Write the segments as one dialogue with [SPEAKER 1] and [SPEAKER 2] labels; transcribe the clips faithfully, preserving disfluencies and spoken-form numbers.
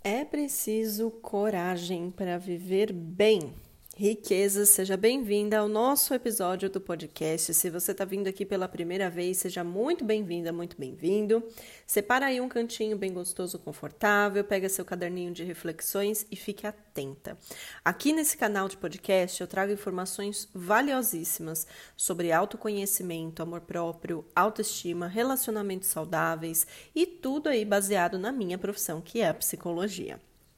[SPEAKER 1] É preciso coragem para viver bem. Riqueza, seja bem-vinda ao nosso episódio do podcast. Se você está vindo aqui pela primeira vez, seja muito bem-vinda, muito bem-vindo. Separa aí um cantinho bem gostoso, confortável, pega seu caderninho de reflexões e fique atenta. Aqui nesse canal de podcast eu trago informações valiosíssimas sobre autoconhecimento, amor próprio, autoestima, relacionamentos saudáveis e tudo aí baseado na minha profissão, que é a psicologia.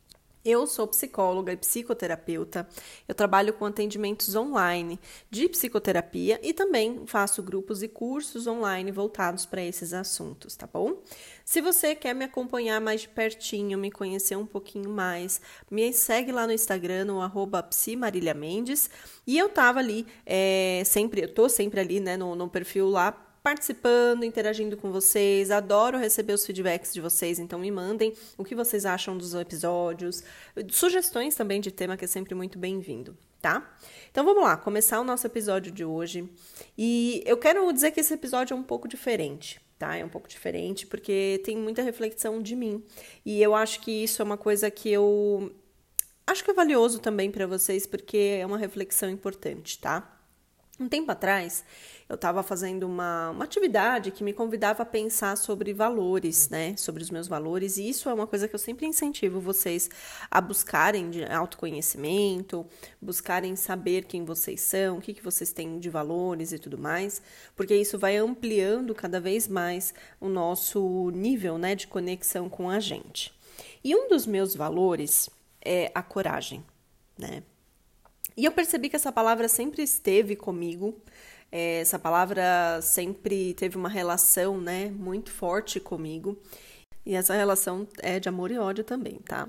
[SPEAKER 1] Eu sou psicóloga e psicoterapeuta, eu trabalho com atendimentos online de psicoterapia e também faço grupos e cursos online voltados para esses assuntos, tá bom? Se você quer me acompanhar mais de pertinho, me conhecer um pouquinho mais, me segue lá no Instagram, no arroba psimarilhamendes, e eu tava ali, é, sempre, eu tô sempre ali, né, no, no perfil lá, participando, interagindo com vocês, adoro receber os feedbacks de vocês, então me mandem o que vocês acham dos episódios, sugestões também de tema, que é sempre muito bem-vindo, tá? Então vamos lá, começar o nosso episódio de hoje, e eu quero dizer que esse episódio é um pouco diferente, tá? É um pouco diferente porque tem muita reflexão de mim, e eu acho que isso é uma coisa que eu acho que é valioso também para vocês, porque é uma reflexão importante, tá? Um tempo atrás, eu estava fazendo uma, uma atividade que me convidava a pensar sobre valores, né? Sobre os meus valores, e isso é uma coisa que eu sempre incentivo vocês a buscarem de autoconhecimento, buscarem saber quem vocês são, o que, que vocês têm de valores e tudo mais, porque isso vai ampliando cada vez mais o nosso nível, né, de conexão com a gente. E um dos meus valores é a coragem, né? E eu percebi que essa palavra sempre esteve comigo, é, essa palavra sempre teve uma relação, né, muito forte comigo, e essa relação é de amor e ódio também, tá?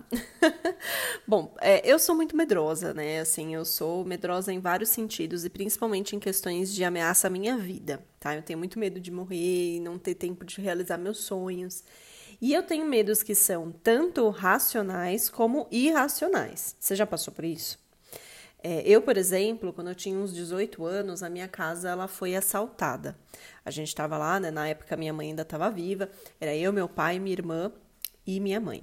[SPEAKER 1] Bom, é, eu sou muito medrosa, né, assim, eu sou medrosa em vários sentidos, e principalmente em questões de ameaça à minha vida, tá? Eu tenho muito medo de morrer, não ter tempo de realizar meus sonhos, e eu tenho medos que são tanto racionais como irracionais. Você já passou por isso? É, eu, por exemplo, quando eu tinha uns dezoito anos, a minha casa ela foi assaltada. A gente estava lá, né? Na época minha mãe ainda estava viva. Era eu, meu pai, minha irmã e minha mãe.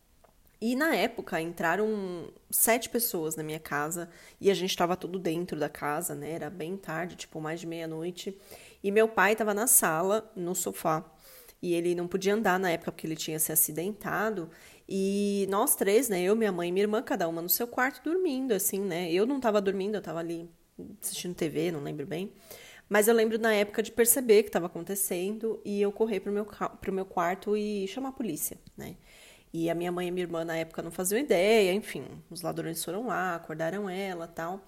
[SPEAKER 1] E na época entraram sete pessoas na minha casa e a gente estava tudo dentro da casa, né? Era bem tarde, tipo mais de meia-noite. E meu pai estava na sala, no sofá. E ele não podia andar na época porque ele tinha se acidentado. E nós três, né, eu, minha mãe e minha irmã, cada uma no seu quarto dormindo, assim, né? Eu não tava dormindo, eu tava ali assistindo T V, não lembro bem. Mas eu lembro na época de perceber o que estava acontecendo e eu correr pro meu, pro meu quarto e chamar a polícia, né? E a minha mãe e minha irmã na época não faziam ideia, enfim, os ladrões foram lá, acordaram ela e tal.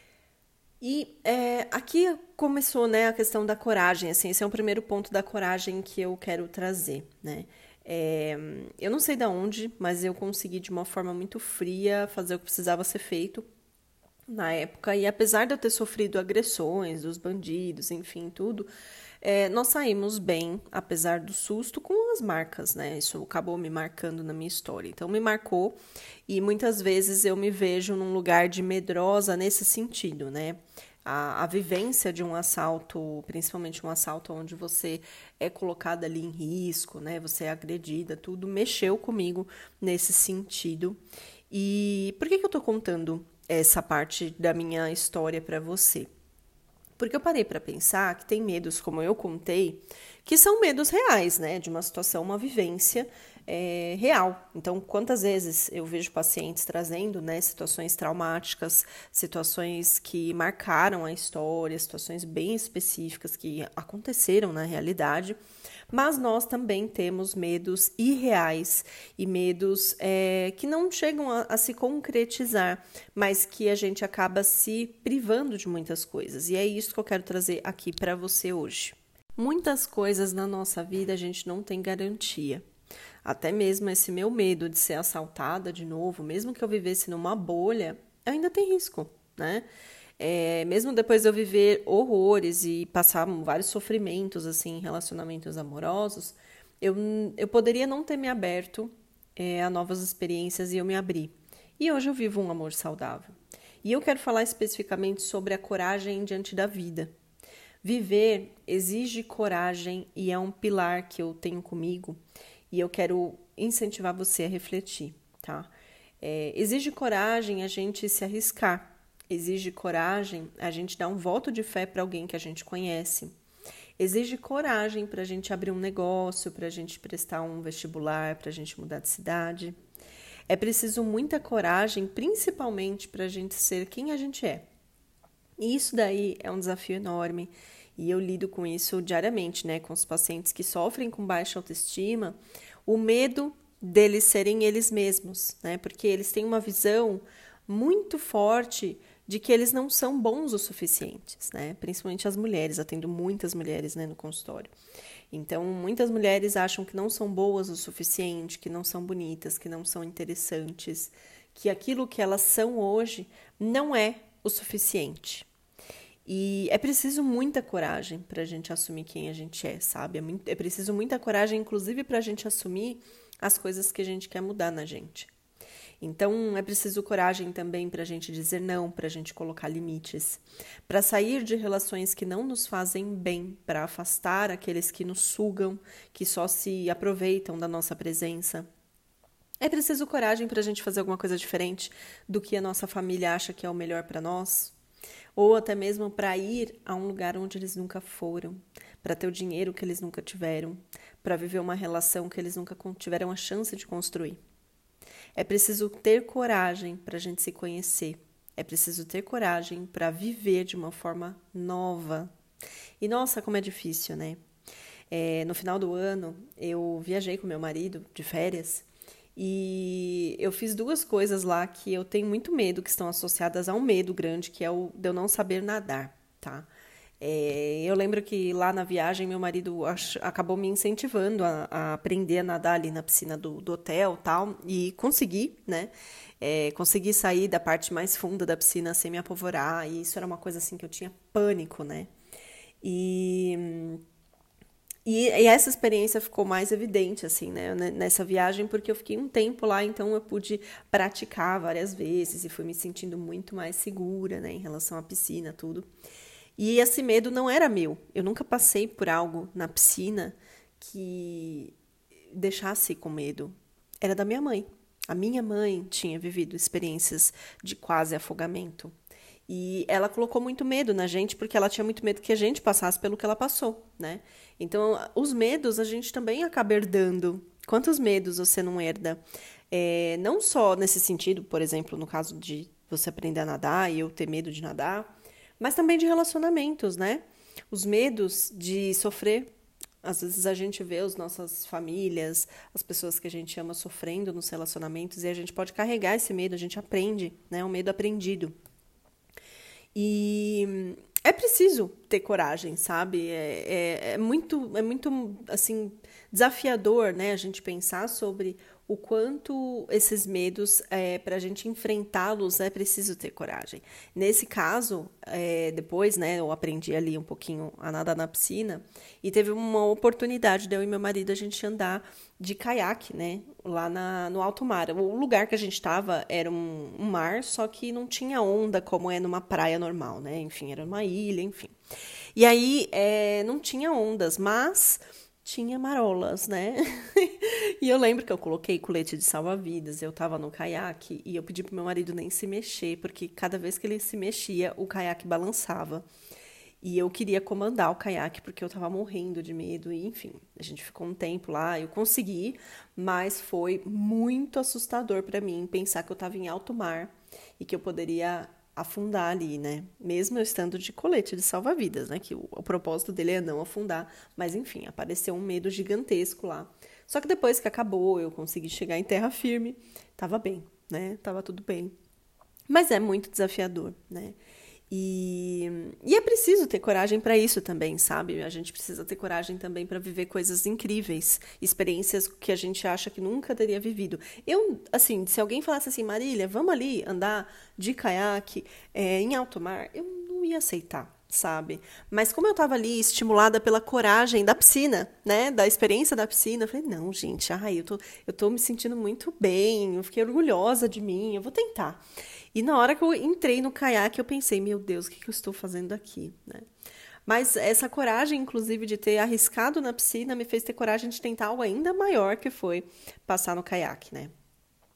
[SPEAKER 1] E é, aqui começou, né, a questão da coragem, assim, esse é o primeiro ponto da coragem que eu quero trazer, né? É, eu não sei de onde, mas eu consegui de uma forma muito fria fazer o que precisava ser feito na época, e apesar de eu ter sofrido agressões dos bandidos, enfim, tudo, é, nós saímos bem, apesar do susto, com as marcas, né? Isso acabou me marcando na minha história. Então, me marcou, e muitas vezes eu me vejo num lugar de medrosa nesse sentido, né? A, a vivência de um assalto, principalmente um assalto onde você é colocada ali em risco, né? Você é agredida, tudo mexeu comigo nesse sentido. E por que que eu tô contando essa parte da minha história para você? Porque eu parei para pensar que tem medos, como eu contei, que são medos reais, né? De uma situação, uma vivência é, real. Então, quantas vezes eu vejo pacientes trazendo, né, situações traumáticas, situações que marcaram a história, situações bem específicas que aconteceram na realidade, mas nós também temos medos irreais e medos é, que não chegam a, a se concretizar, mas que a gente acaba se privando de muitas coisas. E é isso que eu quero trazer aqui para você hoje. Muitas coisas na nossa vida a gente não tem garantia. Até mesmo esse meu medo de ser assaltada de novo, mesmo que eu vivesse numa bolha, ainda tem risco, né? É, mesmo depois de eu viver horrores e passar vários sofrimentos assim, em relacionamentos amorosos, eu, eu poderia não ter me aberto é, a novas experiências e eu me abri. E hoje eu vivo um amor saudável. E eu quero falar especificamente sobre a coragem diante da vida. Viver exige coragem e é um pilar que eu tenho comigo e eu quero incentivar você a refletir. tá? É, exige coragem a gente se arriscar, exige coragem a gente dar um voto de fé para alguém que a gente conhece, exige coragem para a gente abrir um negócio, para a gente prestar um vestibular, para a gente mudar de cidade. É preciso muita coragem, principalmente para a gente ser quem a gente é. E isso daí é um desafio enorme. E eu lido com isso diariamente, né? Com os pacientes que sofrem com baixa autoestima, o medo deles serem eles mesmos, né? Porque eles têm uma visão muito forte de que eles não são bons o suficientes, né? Principalmente as mulheres, atendo muitas mulheres, né, no consultório. Então, muitas mulheres acham que não são boas o suficiente, que não são bonitas, que não são interessantes, que aquilo que elas são hoje não é o suficiente. E é preciso muita coragem para a gente assumir quem a gente é, sabe? É, muito, é preciso muita coragem, inclusive, para a gente assumir as coisas que a gente quer mudar na gente. Então, é preciso coragem também para a gente dizer não, para a gente colocar limites, para sair de relações que não nos fazem bem, para afastar aqueles que nos sugam, que só se aproveitam da nossa presença. É preciso coragem para a gente fazer alguma coisa diferente do que a nossa família acha que é o melhor para nós, ou até mesmo para ir a um lugar onde eles nunca foram, para ter o dinheiro que eles nunca tiveram, para viver uma relação que eles nunca tiveram a chance de construir. É preciso ter coragem para a gente se conhecer. É preciso ter coragem para viver de uma forma nova. E nossa, como é difícil, né? É, no final do ano, eu viajei com meu marido de férias e eu fiz duas coisas lá que eu tenho muito medo, que estão associadas a um medo grande, que é o de eu não saber nadar, tá? É, eu lembro que lá na viagem meu marido ach, acabou me incentivando a, a aprender a nadar ali na piscina do, do hotel e tal, e consegui, né? É, consegui sair da parte mais funda da piscina sem me apavorar, e isso era uma coisa assim que eu tinha pânico, né? E, e, e essa experiência ficou mais evidente, assim, né? Nessa viagem, porque eu fiquei um tempo lá, então eu pude praticar várias vezes e fui me sentindo muito mais segura, né? Em relação à piscina, tudo. E esse medo não era meu. Eu nunca passei por algo na piscina que deixasse com medo. Era da minha mãe. A minha mãe tinha vivido experiências de quase afogamento. E ela colocou muito medo na gente, porque ela tinha muito medo que a gente passasse pelo que ela passou, né? Então, os medos a gente também acaba herdando. Quantos medos você não herda? É, não só nesse sentido, por exemplo, no caso de você aprender a nadar e eu ter medo de nadar, mas também de relacionamentos, né? Os medos de sofrer. Às vezes a gente vê as nossas famílias, as pessoas que a gente ama sofrendo nos relacionamentos e a gente pode carregar esse medo, a gente aprende, né? É um medo aprendido. E é preciso ter coragem, sabe? É, é, é muito, é muito, assim, desafiador, né? A gente pensar sobre o quanto esses medos, é, para a gente enfrentá-los, é preciso ter coragem. Nesse caso, é, depois, né, eu aprendi ali um pouquinho a nadar na piscina e teve uma oportunidade de eu e meu marido a gente andar de caiaque, né, lá na, no alto mar. O lugar que a gente estava era um, um mar, só que não tinha onda como é numa praia normal, né? Enfim, era uma ilha, enfim. E aí, é, não tinha ondas, mas tinha marolas, né? E eu lembro que eu coloquei colete de salva-vidas, eu tava no caiaque e eu pedi pro meu marido nem se mexer, porque cada vez que ele se mexia, o caiaque balançava. E eu queria comandar o caiaque porque eu tava morrendo de medo e, enfim, a gente ficou um tempo lá, eu consegui, mas foi muito assustador para mim pensar que eu tava em alto mar e que eu poderia afundar ali, né? Mesmo eu estando de colete de salva-vidas, né? Que o, o propósito dele é não afundar, mas enfim, apareceu um medo gigantesco lá. Só que depois que acabou, eu consegui chegar em terra firme, tava bem, né? Tava tudo bem. Mas é muito desafiador, né? E, e é preciso ter coragem para isso também, sabe? A gente precisa ter coragem também para viver coisas incríveis, experiências que a gente acha que nunca teria vivido. Eu, assim, se alguém falasse assim, Marília, vamos ali andar de caiaque é, em alto mar, eu não ia aceitar, sabe? Mas como eu estava ali estimulada pela coragem da piscina, né? Da experiência da piscina, eu falei, não, gente, ai, eu tô, eu tô me sentindo muito bem, eu fiquei orgulhosa de mim, eu vou tentar. E na hora que eu entrei no caiaque, eu pensei, meu Deus, o que eu estou fazendo aqui, né? Mas essa coragem, inclusive, de ter arriscado na piscina, me fez ter coragem de tentar algo ainda maior, que foi passar no caiaque, né?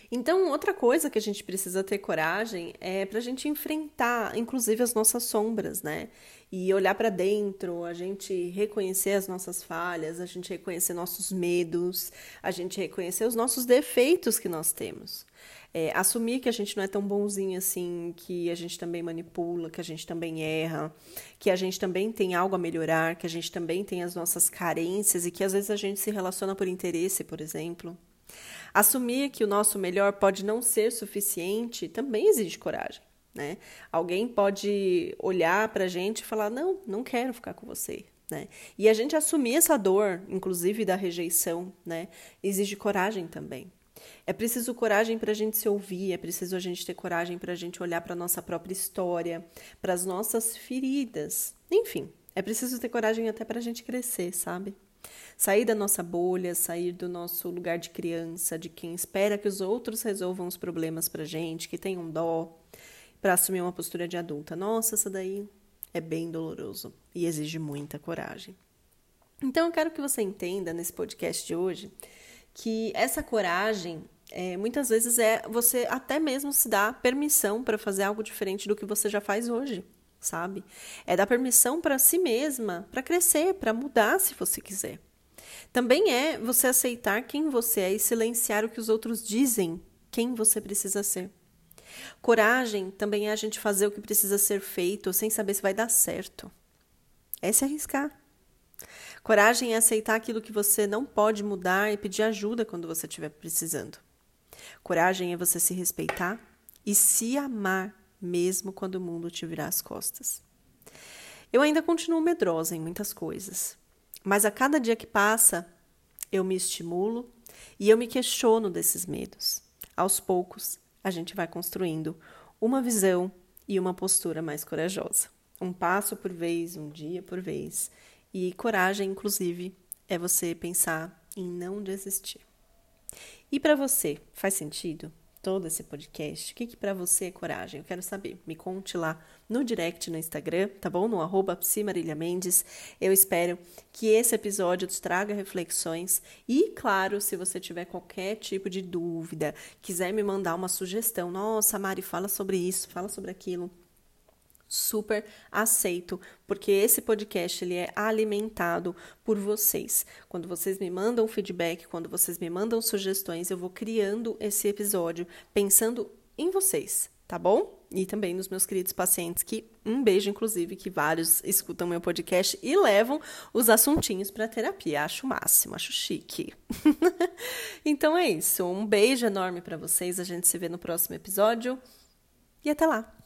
[SPEAKER 1] Então, outra coisa que a gente precisa ter coragem é para a gente enfrentar, inclusive, as nossas sombras, né? E olhar para dentro, a gente reconhecer as nossas falhas, a gente reconhecer nossos medos, a gente reconhecer os nossos defeitos que nós temos. É, assumir que a gente não é tão bonzinho assim, que a gente também manipula, que a gente também erra, que a gente também tem algo a melhorar, que a gente também tem as nossas carências e que às vezes a gente se relaciona por interesse, por exemplo. Assumir que o nosso melhor pode não ser suficiente também exige coragem, né? Alguém pode olhar pra gente e falar, não, não quero ficar com você, né? E a gente assumir essa dor, inclusive da rejeição, né? Exige coragem também. É preciso coragem para a gente se ouvir, é preciso a gente ter coragem para a gente olhar para a nossa própria história, para as nossas feridas. Enfim, é preciso ter coragem até para a gente crescer, sabe? Sair da nossa bolha, sair do nosso lugar de criança, de quem espera que os outros resolvam os problemas pra gente, que tem um dó, para assumir uma postura de adulta. Nossa, isso daí é bem doloroso e exige muita coragem. Então, eu quero que você entenda nesse podcast de hoje que essa coragem, é, muitas vezes, é você até mesmo se dar permissão para fazer algo diferente do que você já faz hoje, sabe? É dar permissão para si mesma, para crescer, para mudar se você quiser. Também é você aceitar quem você é e silenciar o que os outros dizem, quem você precisa ser. Coragem também é a gente fazer o que precisa ser feito sem saber se vai dar certo. É se arriscar. Coragem é aceitar aquilo que você não pode mudar e pedir ajuda quando você estiver precisando. Coragem é você se respeitar e se amar mesmo quando o mundo te virar as costas. Eu ainda continuo medrosa em muitas coisas, mas a cada dia que passa, eu me estimulo e eu me questiono desses medos. Aos poucos, a gente vai construindo uma visão e uma postura mais corajosa. Um passo por vez, um dia por vez. E coragem, inclusive, é você pensar em não desistir. E para você, faz sentido todo esse podcast? O que, que para você é coragem? Eu quero saber. Me conte lá no direct no Instagram, tá bom? No arroba psimarilhamendes. Eu espero que esse episódio te traga reflexões. E, claro, se você tiver qualquer tipo de dúvida, quiser me mandar uma sugestão. Nossa, Mari, fala sobre isso, fala sobre aquilo. Super aceito, porque esse podcast ele é alimentado por vocês. Quando vocês me mandam feedback, quando vocês me mandam sugestões, eu vou criando esse episódio pensando em vocês, tá bom? E também nos meus queridos pacientes, que um beijo, inclusive, que vários escutam meu podcast e levam os assuntinhos para terapia. Acho o máximo, acho chique. Então é isso, um beijo enorme para vocês, a gente se vê no próximo episódio e até lá!